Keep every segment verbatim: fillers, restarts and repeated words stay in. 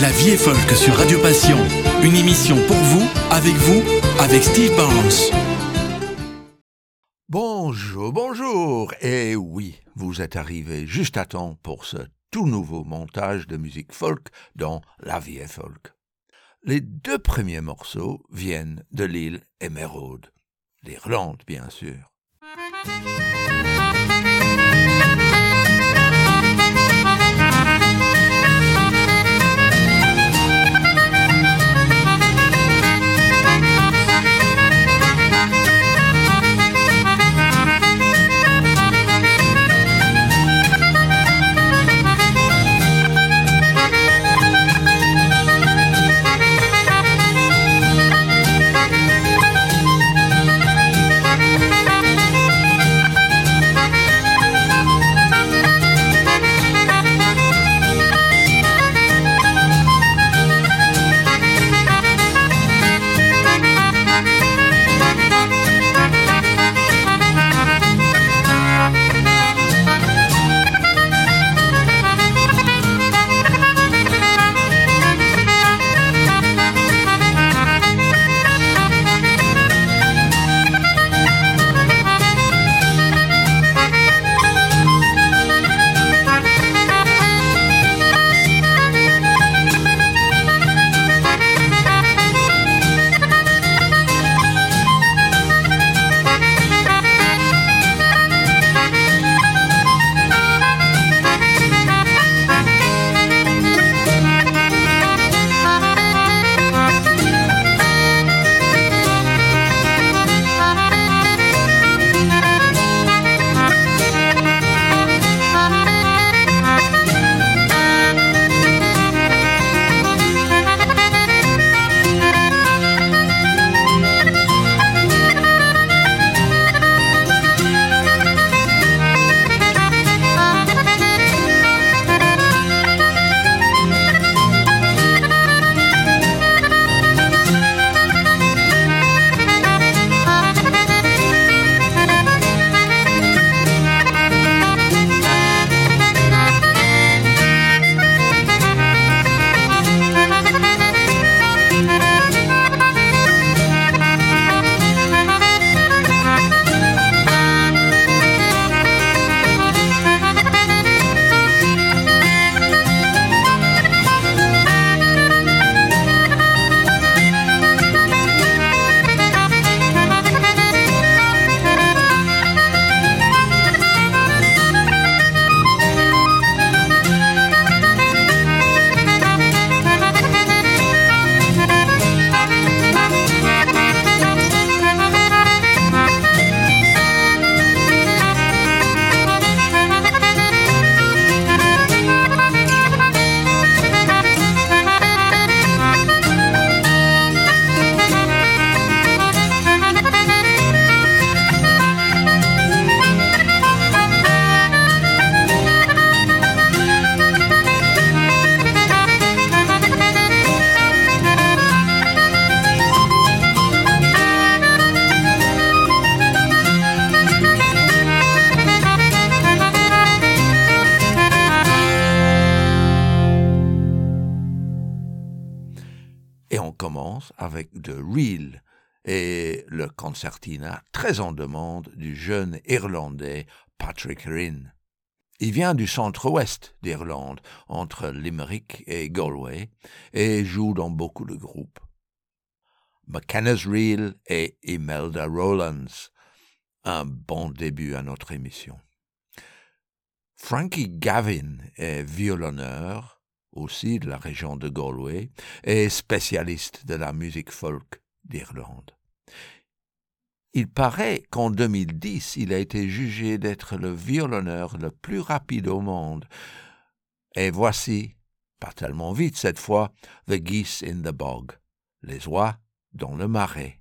La vie est folk sur Radio Passion. Une émission pour vous, avec vous, avec Steve Barnes. Bonjour, bonjour. Et oui, vous êtes arrivés juste à temps pour ce tout nouveau montage de musique folk dans La vie est folk. Les deux premiers morceaux viennent de l'île Émeraude, l'Irlande bien sûr. Avec The Real et le concertina très en demande du jeune Irlandais Patrick Rinn. Il vient du centre-ouest d'Irlande, entre Limerick et Galway, et joue dans beaucoup de groupes. McKenna's Reel et Imelda Rowlands, un bon début à notre émission. Frankie Gavin est violonneur, aussi de la région de Galway, et spécialiste de la musique folk d'Irlande. Il paraît qu'en deux mille dix, il a été jugé d'être le violonneur le plus rapide au monde. Et voici, pas tellement vite cette fois, The Geese in the Bog, les oies dans le marais.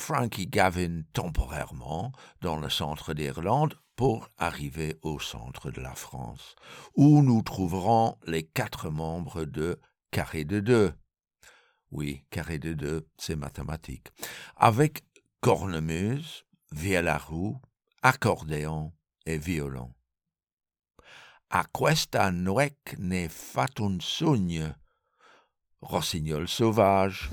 Frankie Gavin temporairement dans le centre d'Irlande pour arriver au centre de la France, où nous trouverons les quatre membres de Carré de deux. Oui, Carré de deux, c'est mathématique. Avec cornemuse, vielle à roue, accordéon et violon. A questa nuec ne fat un sogno, rossignol sauvage.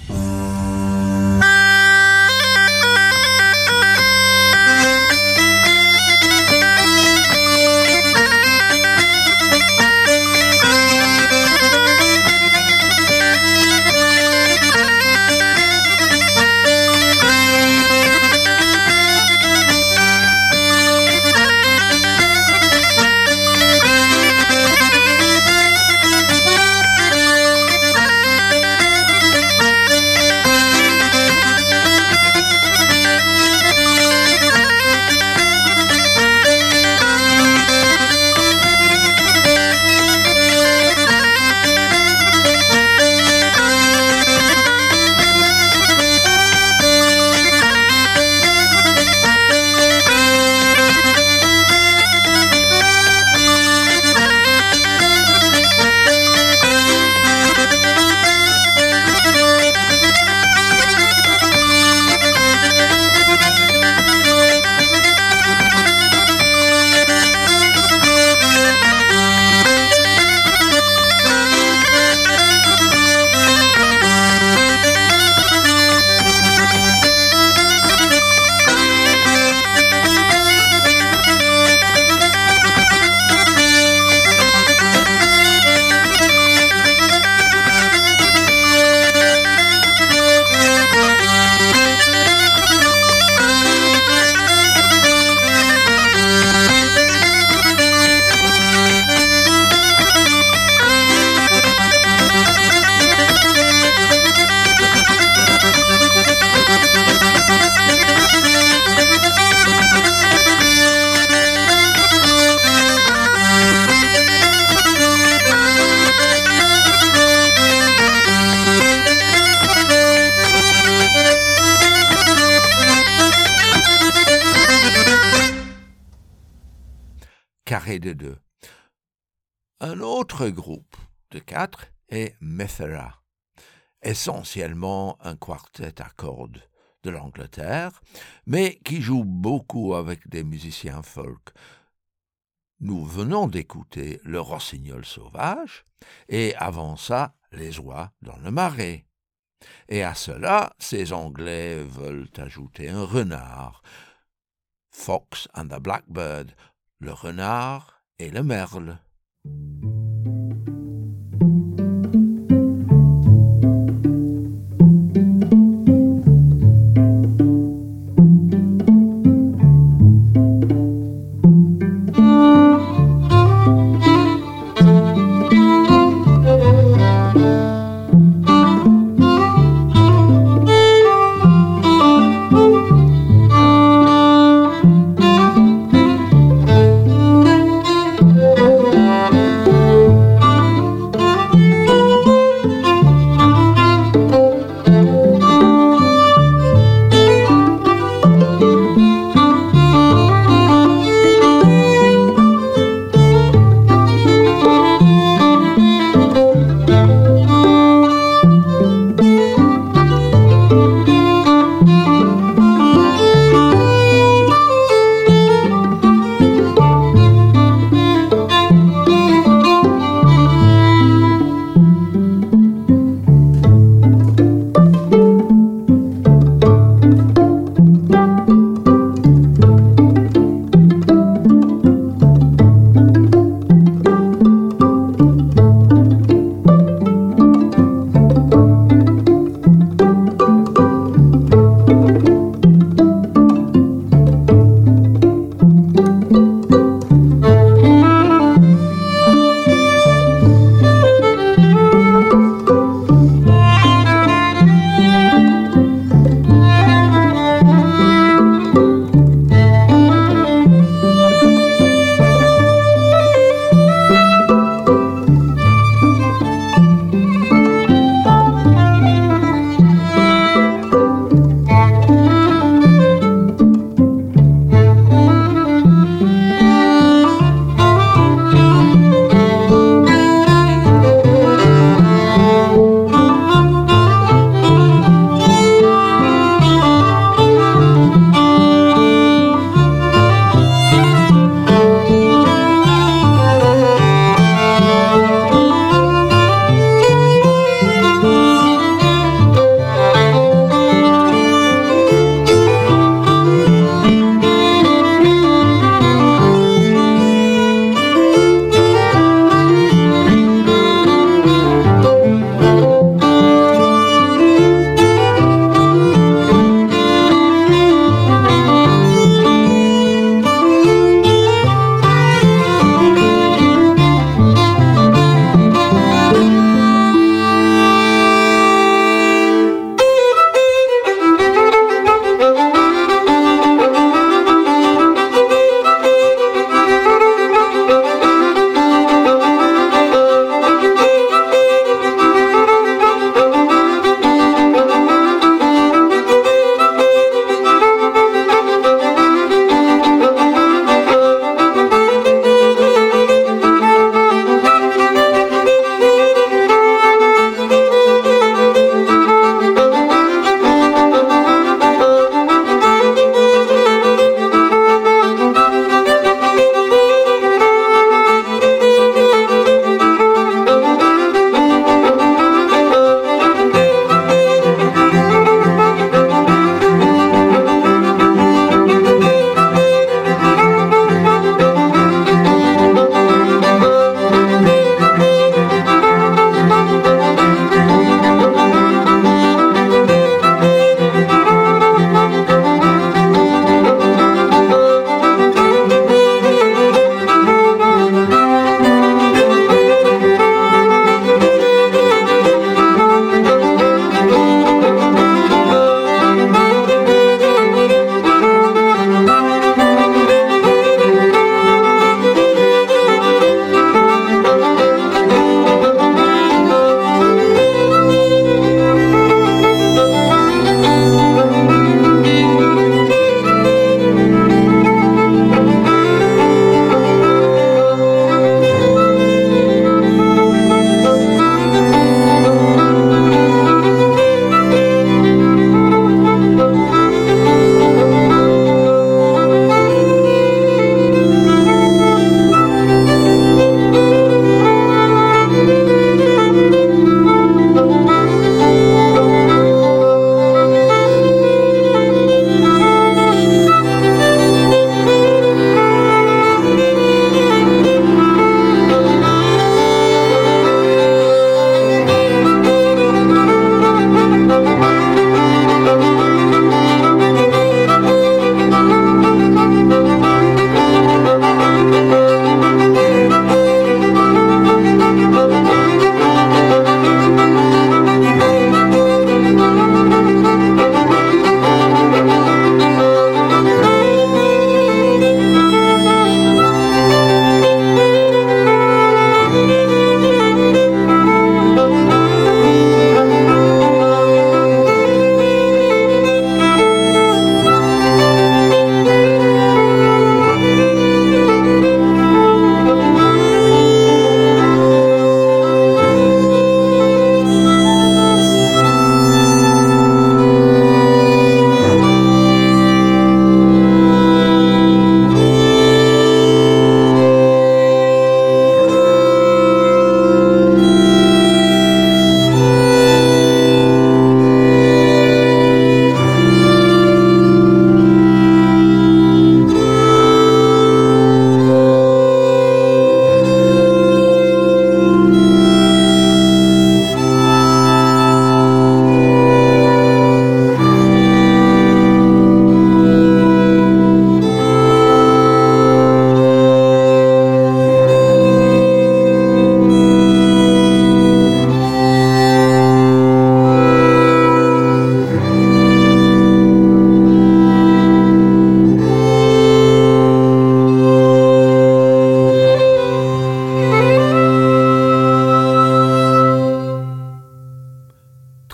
Carré de deux. Un autre groupe de quatre est Methera, essentiellement un quartet à cordes de l'Angleterre, mais qui joue beaucoup avec des musiciens folk. Nous venons d'écouter le rossignol sauvage, et avant ça, les oies dans le marais. Et à cela, ces Anglais veulent ajouter un renard, Fox and the Blackbird, le renard et le merle. Thank you.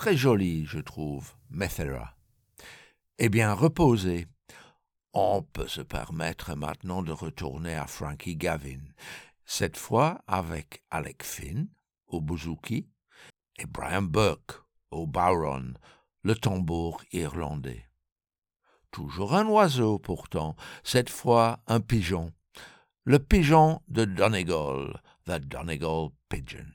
très joli, je trouve, Methera. Eh bien, reposez. On peut se permettre maintenant de retourner à Frankie Gavin, cette fois avec Alec Finn au bouzouki et Brian Burke au bowron, le tambour irlandais. Toujours un oiseau pourtant, cette fois un pigeon, le pigeon de Donegal, the Donegal Pigeon.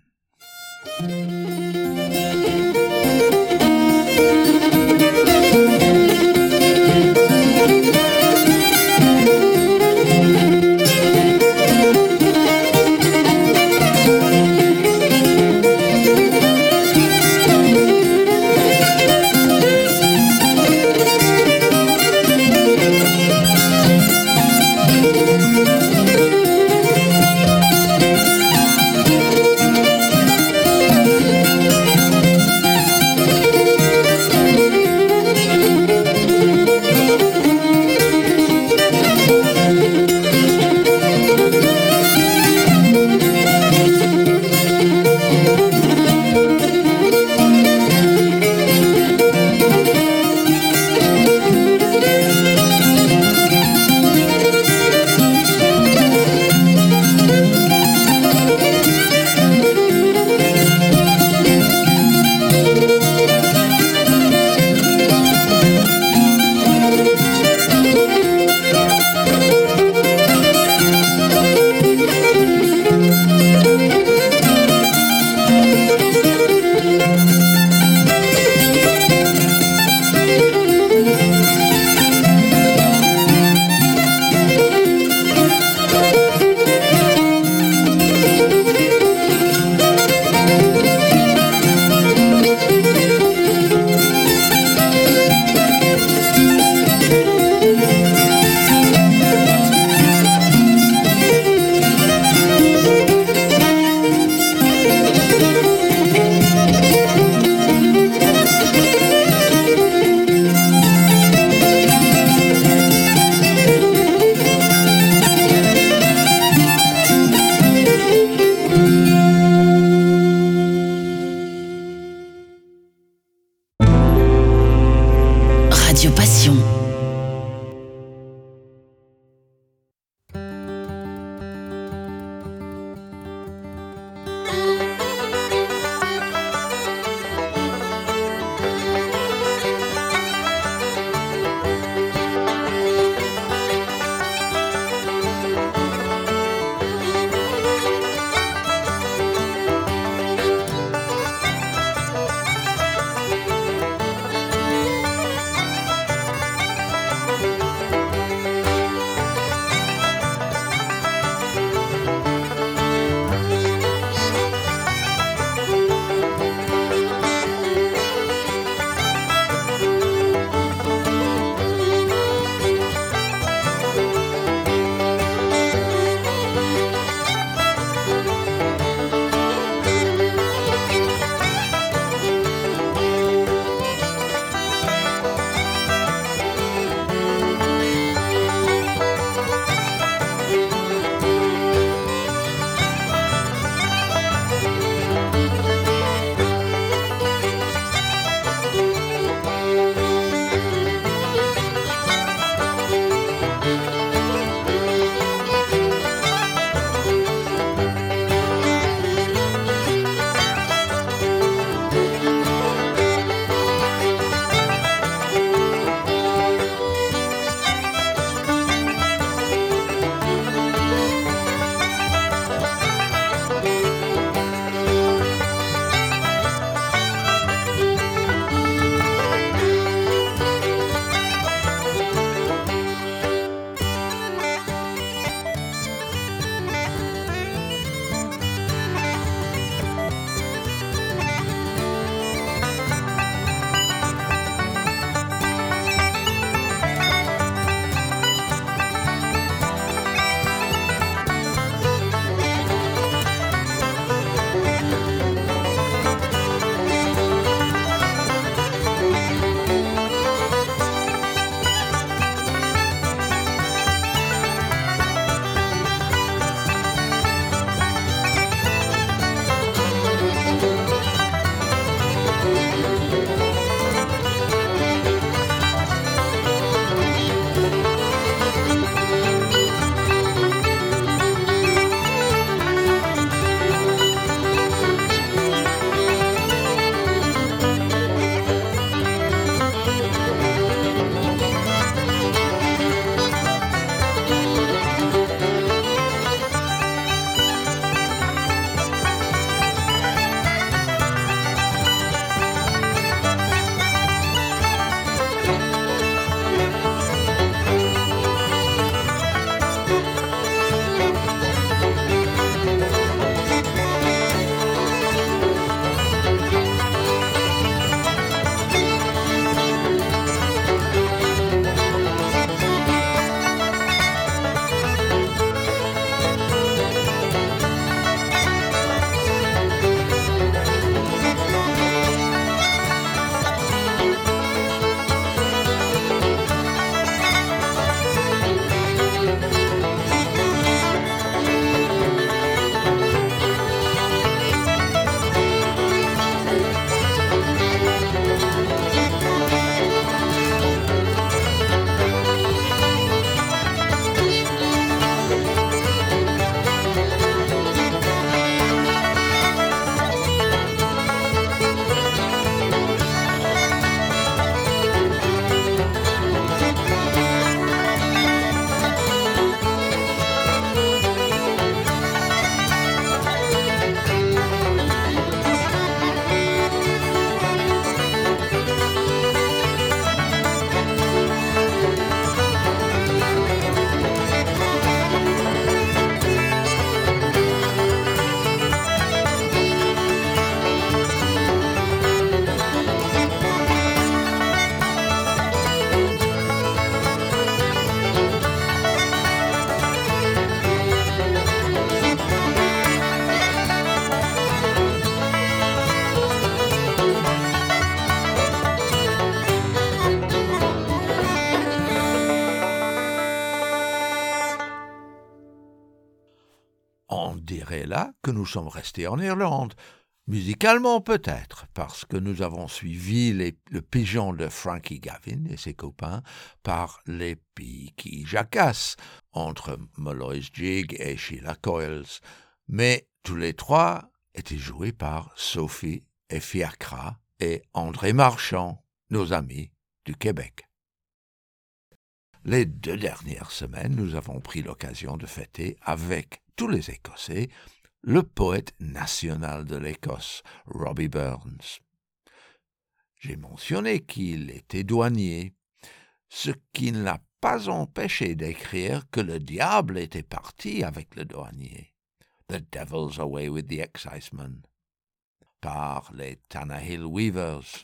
est là que nous sommes restés en Irlande. Musicalement peut-être, parce que nous avons suivi les, le pigeon de Frankie Gavin et ses copains par les Peaky Jackass, entre Molloy's Jig et Sheila Coyles. Mais tous les trois étaient joués par Sophie et Fiacra et André Marchand, nos amis du Québec. Les deux dernières semaines, nous avons pris l'occasion de fêter avec tous les Écossais le poète national de l'Écosse, Robbie Burns. J'ai mentionné qu'il était douanier, ce qui ne l'a pas empêché d'écrire que le diable était parti avec le douanier. The Devil's Away with the Exciseman, par les Tannahill Weavers.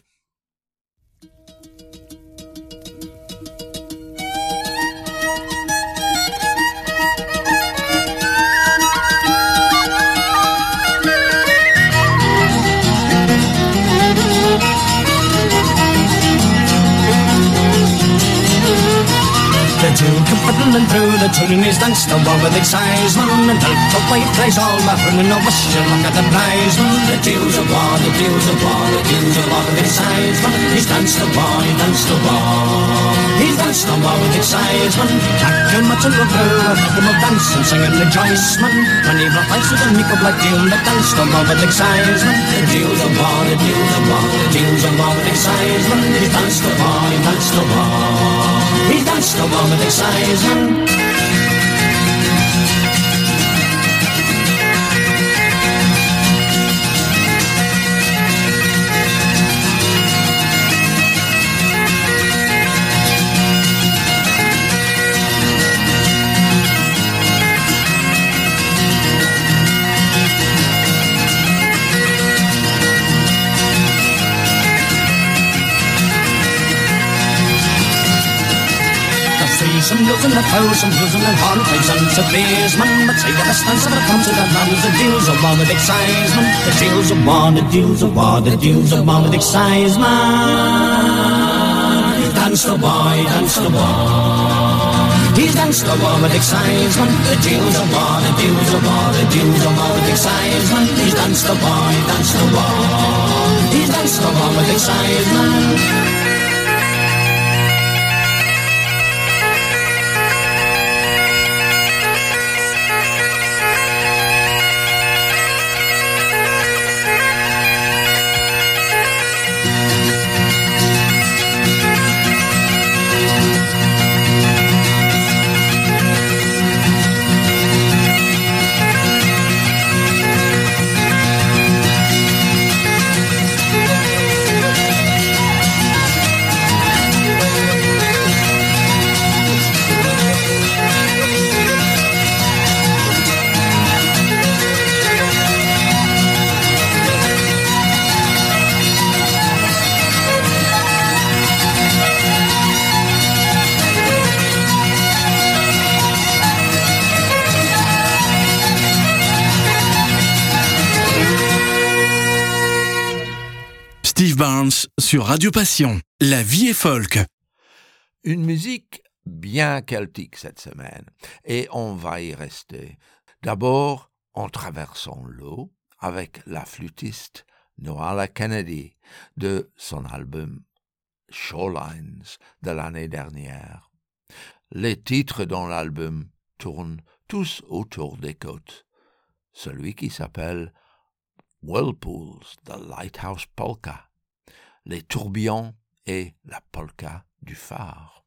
The two come puddling through the toonies, danced the war with exciseman, and helped the white flies all my running no wish you look at the prizeman. The deals of war, the deals of war, the deals of war with exciseman. He's danced the war, he danced the war. He's danced the war with exciseman. Catching much of the brew, a rhythm of dancing, singing rejoiceman. And he brought ice with a meek of black deal, that danced the war with exciseman. The deals of war, the deals of war, the deals of war with exciseman. He's danced the war, he danced the war. He danced the war with exciseman. Some losing the fowl, some losing the hornpipes and some baseman. But say the best answer that comes to that man is the deals of war with exciseman. The deals of war, the deals of war, the deals of war with exciseman. He's danced the war, he danced the war. He's danced the war with exciseman. The deals of war, the deals of war, the deals of war with exciseman. He's danced the war, he danced the war. He's danced the war with exciseman. Steve Barnes sur Radio Passion. La vie est folk. Une musique bien celtique cette semaine, et on va y rester. D'abord, en traversant l'eau avec la flûtiste Noala Kennedy de son album Shorelines de l'année dernière. Les titres dans l'album tournent tous autour des côtes. Celui qui s'appelle Whirlpools, The Lighthouse Polka, les tourbillons et la polka du phare.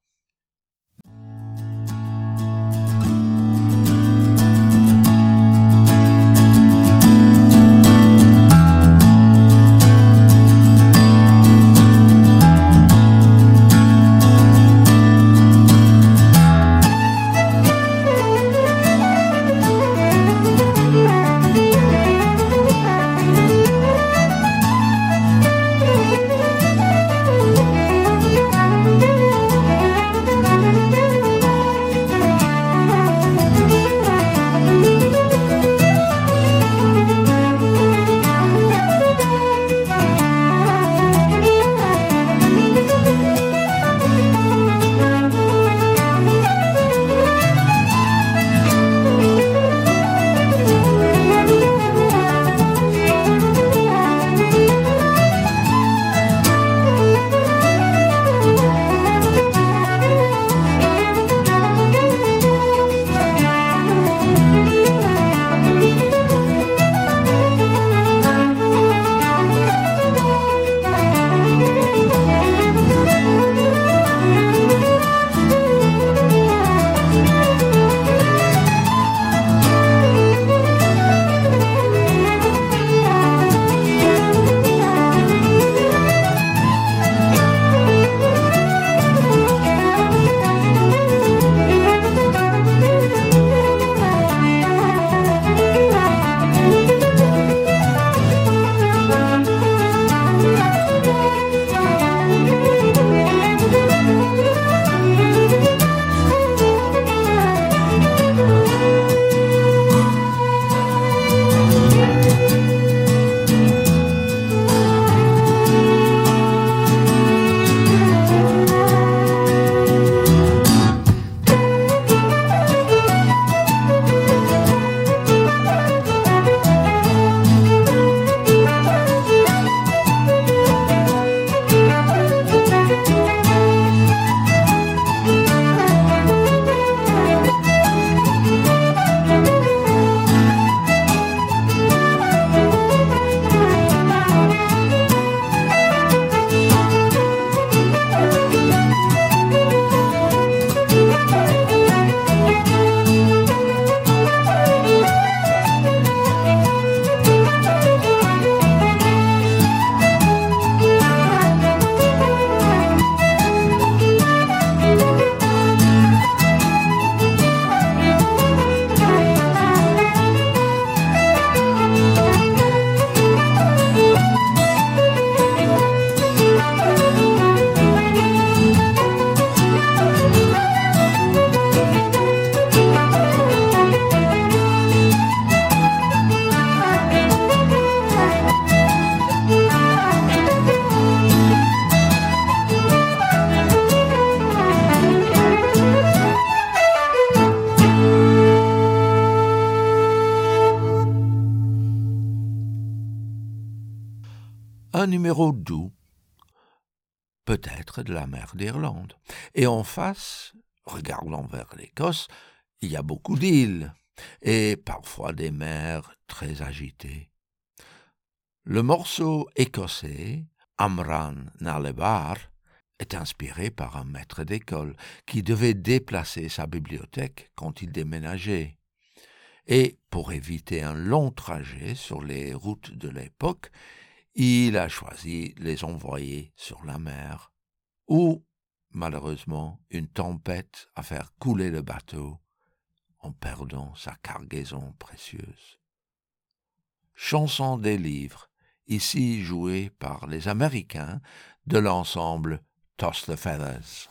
numéro doux, peut-être de la mer d'Irlande. Et en face, regardant vers l'Écosse, il y a beaucoup d'îles et parfois des mers très agitées. Le morceau écossais, Amran na le Bar, est inspiré par un maître d'école qui devait déplacer sa bibliothèque quand il déménageait. Et pour éviter un long trajet sur les routes de l'époque, il a choisi de les envoyer sur la mer, ou, malheureusement, une tempête a fait couler le bateau en perdant sa cargaison précieuse. Chanson des livres, ici jouée par les Américains de l'ensemble Toss the Feathers.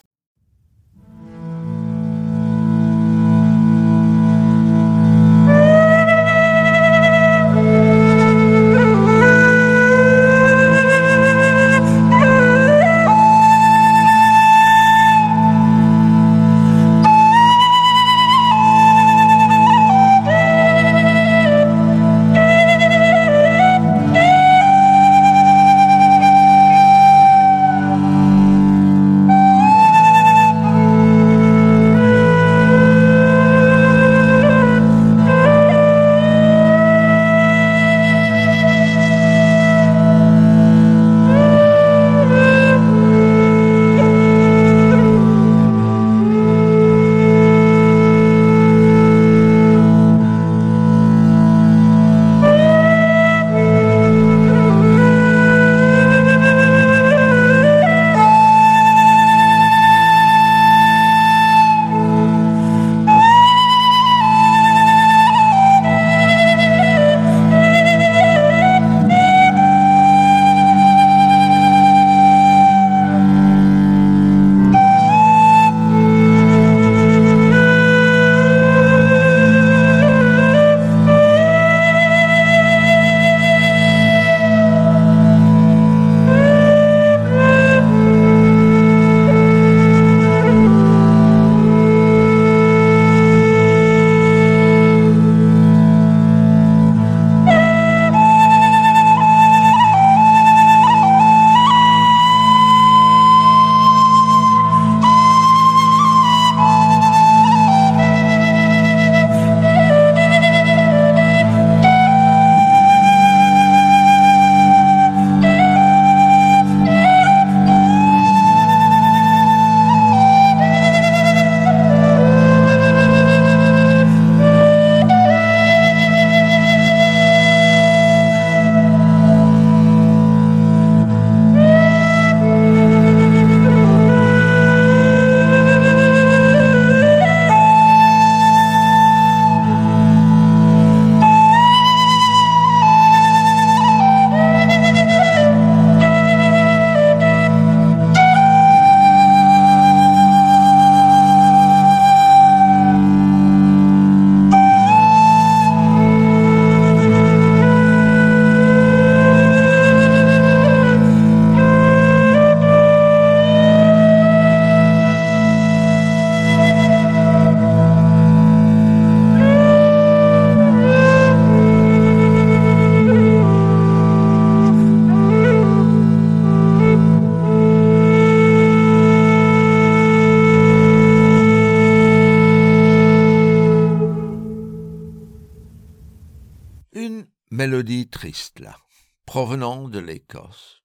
Mélodie triste là, provenant de l'Écosse.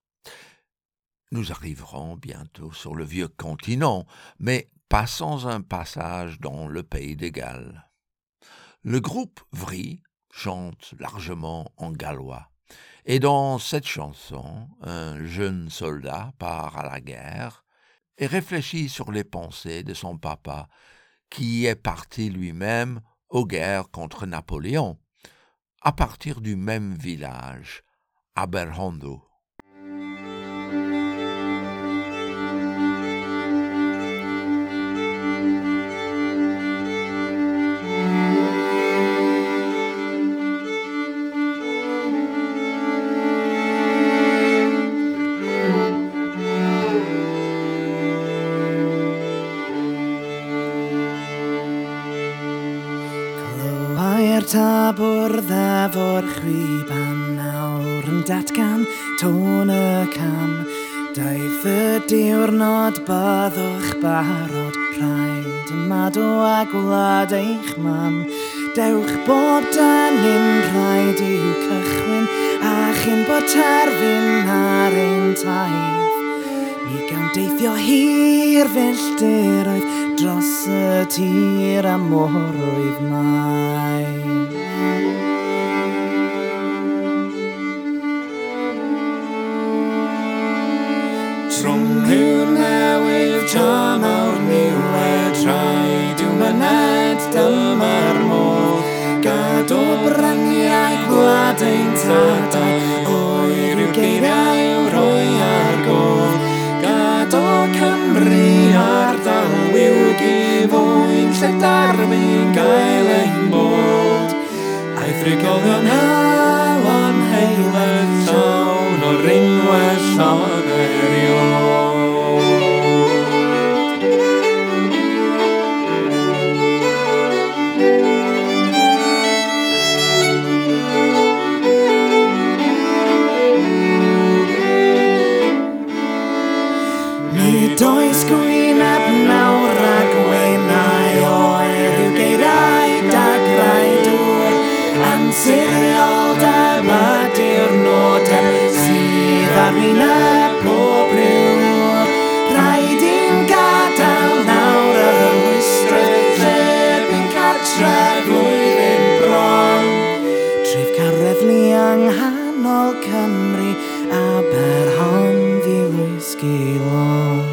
Nous arriverons bientôt sur le vieux continent, mais passons un passage dans le pays de Galles. Le groupe Vry chante largement en gallois, et dans cette chanson, un jeune soldat part à la guerre et réfléchit sur les pensées de son papa, qui est parti lui-même aux guerres contre Napoléon, à partir du même village, Aberhondo. Ta bwrdd efo'r chwib a nawr yn datgan tôn y cam. Daeth y diwrnod byddwch barod, rhaid ymado a gwlad eich mam. Dewch bob dynnu'n rhaid i'w cychwyn, a chyn bod terfyn ar ein taith. Ni gawn deithio hir filltiroedd dros y tir a morwydd mai. Trwm yw newydd jam awr niwed rhaid yw myned dyma'r modd. Gad o bryniau gwlad ein tadau, oer yw geiriau yw roi ar gof. Gad o Cymru ardal yw gifwyn lle darbyn gael ein bod. Aeth rigolion hawon heiledd llawn o rinwedd llonerion. Does gwyneb nawr ag wenau oer yw geiriau dagrau dŵr. Ansirioldeb a diwrnodeb sydd ar wyneb pob rhyw. Rhaid i'n gadael nawr y hwystrwydd lle bu'n cartref flwyddyn bron. Tref carreflu yng nghanol Cymru, Aber-hon ddilwys Geilon.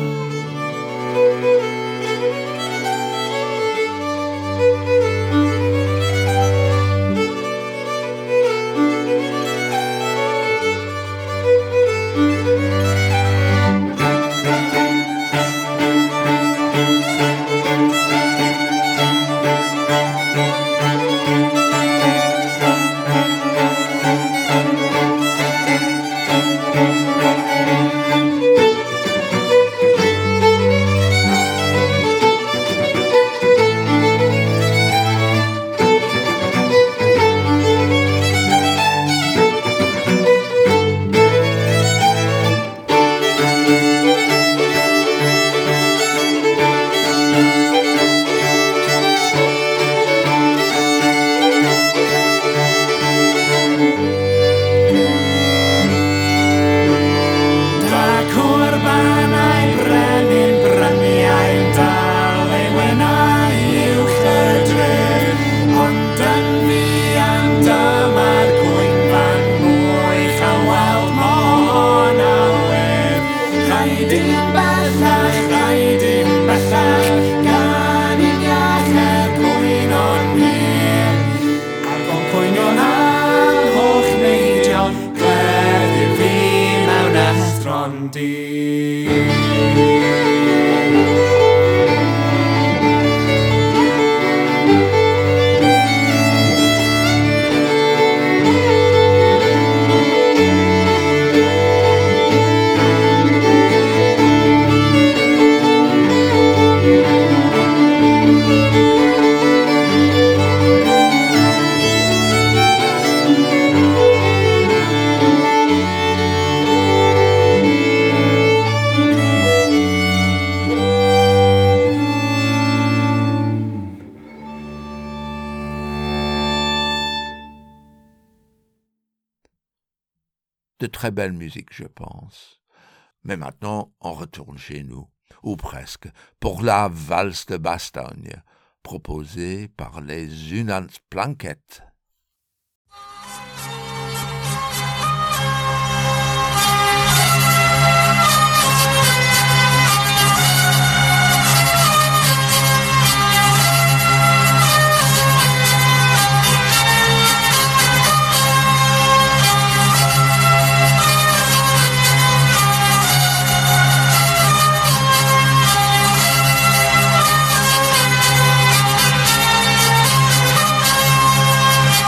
De très belle musique, je pense. Mais maintenant, on retourne chez nous, ou presque, pour la valse de Bastogne, proposée par les Unans Planquette. Thank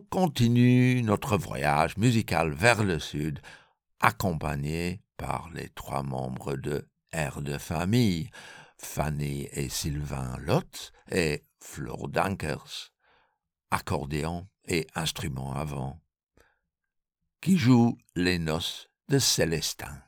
continue notre voyage musical vers le sud, accompagné par les trois membres de Air de famille, Fanny et Sylvain Lott et Flor Dankers, accordéon et instrument à vent, qui jouent les noces de Célestin.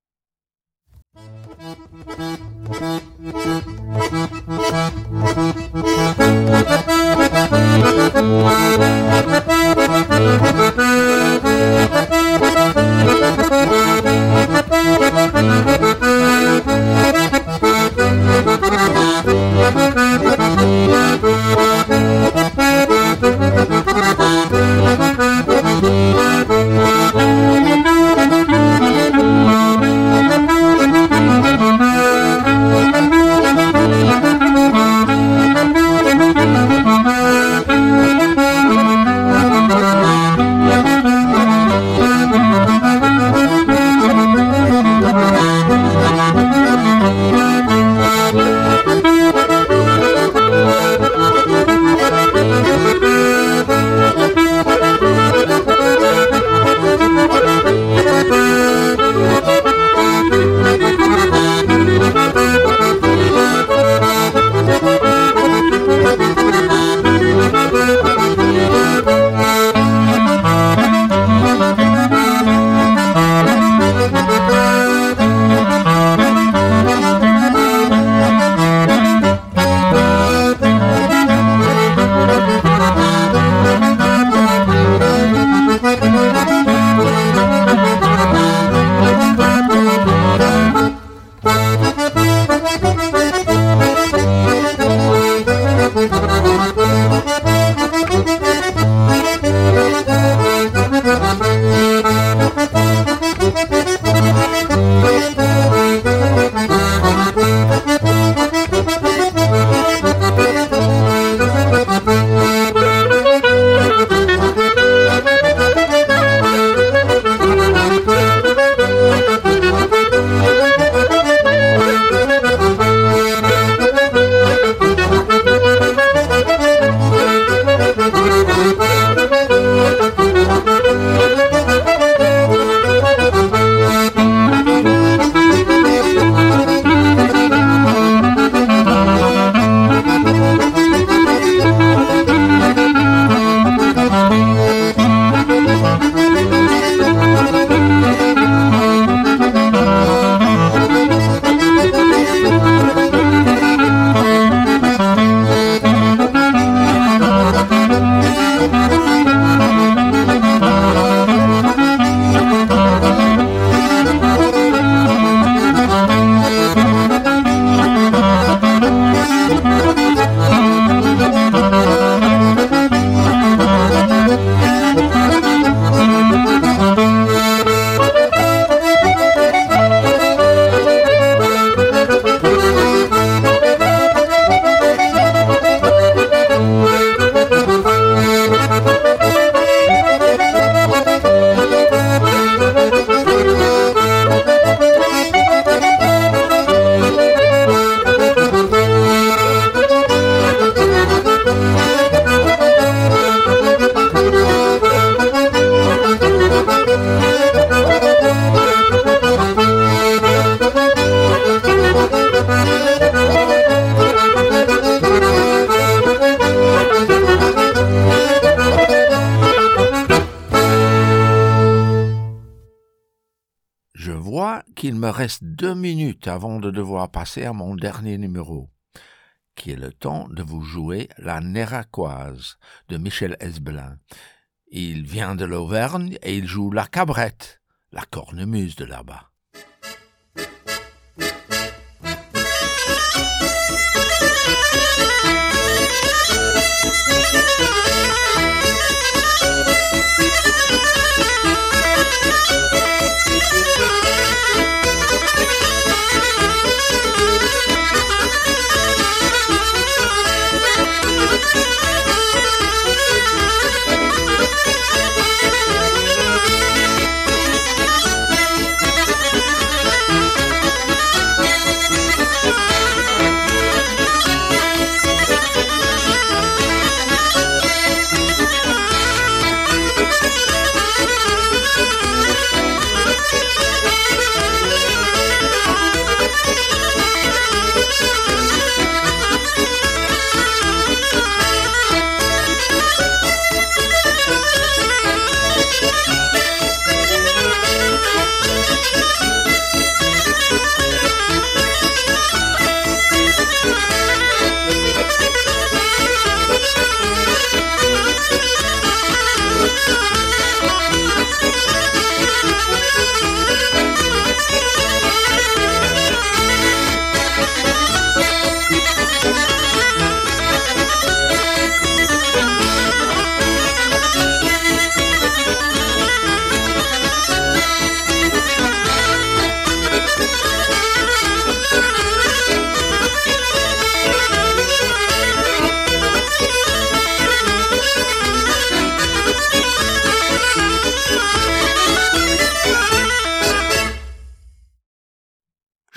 qu'il me reste deux minutes avant de devoir passer à mon dernier numéro, qui est le temps de vous jouer La Néracoise de Michel Esbelin. Il vient de l'Auvergne et il joue la cabrette, la cornemuse de là-bas.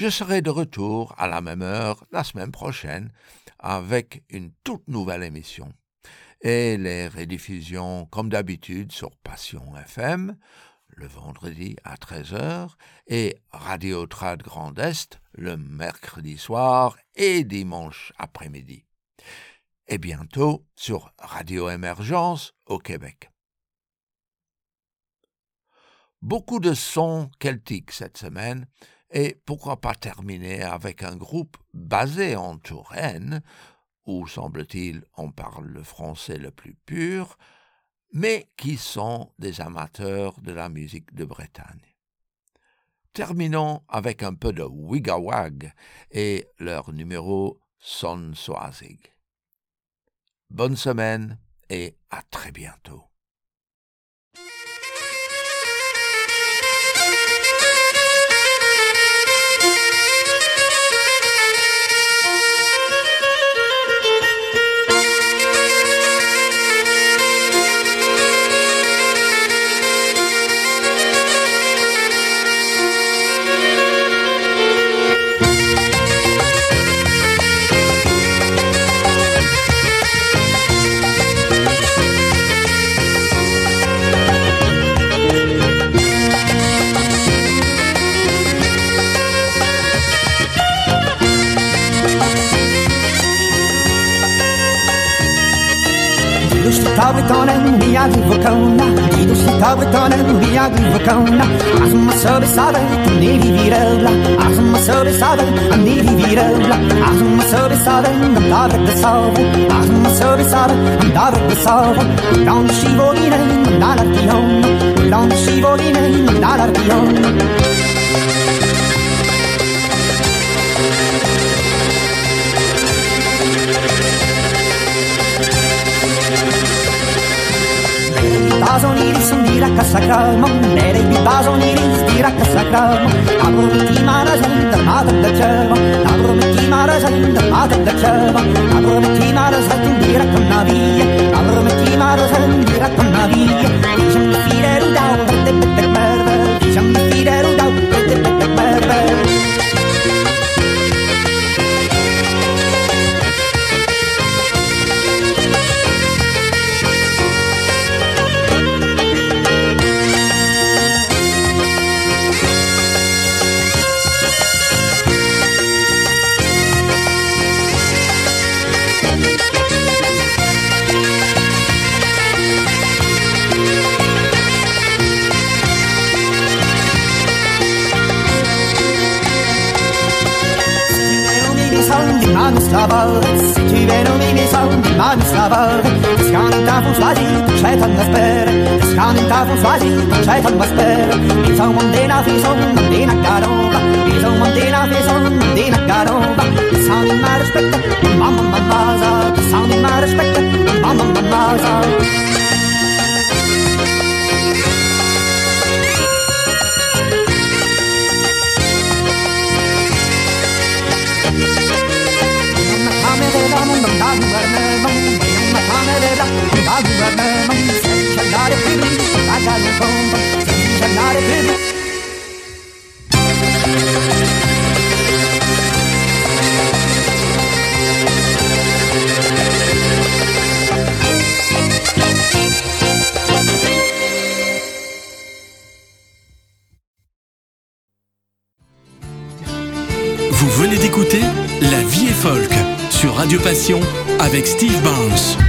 je serai de retour à la même heure la semaine prochaine avec une toute nouvelle émission. Et les rediffusions, comme d'habitude, sur Passion F M, le vendredi à treize heures, et Radio Trad Grand Est, le mercredi soir et dimanche après-midi. Et bientôt sur Radio Émergence au Québec. Beaucoup de sons celtiques cette semaine, et pourquoi pas terminer avec un groupe basé en Touraine, où semble-t-il on parle le français le plus pur, mais qui sont des amateurs de la musique de Bretagne. Terminons avec un peu de Wigawag et leur numéro Son Soazig. Bonne semaine et à très bientôt. Tabritanen, vi är vokona. Dido si tabritanen, vi är vokona. Asma söbe sade, ni vi virela. Asma söbe sade, ni vi virela. Asma söbe sade, dar de save. Asma söbe sade, dar de save. Down she voline, dar di home. Down she voline, dar di home. Basoniri sun dira kasakramon, nere bi basoniri dira kasakramon. Abro ti marazen da madam da chava, abro ti marazen da madam da chava, abro ti marazen dira kanavia, abro ti marazen dira kanavia. Dijam fideru dau, de de merve, dijam fideru dau, de de merve. Se tu vero mi mi sound di mani slavar. Scanita fu swazi, c'è tanto spera. Scanita fu swazi, c'è tanto spera. Mi sono mondena fi son, mondena carova. Mi sono mondena fi son, mondena carova. Sound in my respect, mamma mamma za. Sound in my respect, mamma mamma za. Vous venez d'écouter La Vie est folk sur Radio Passion avec Steve Barnes.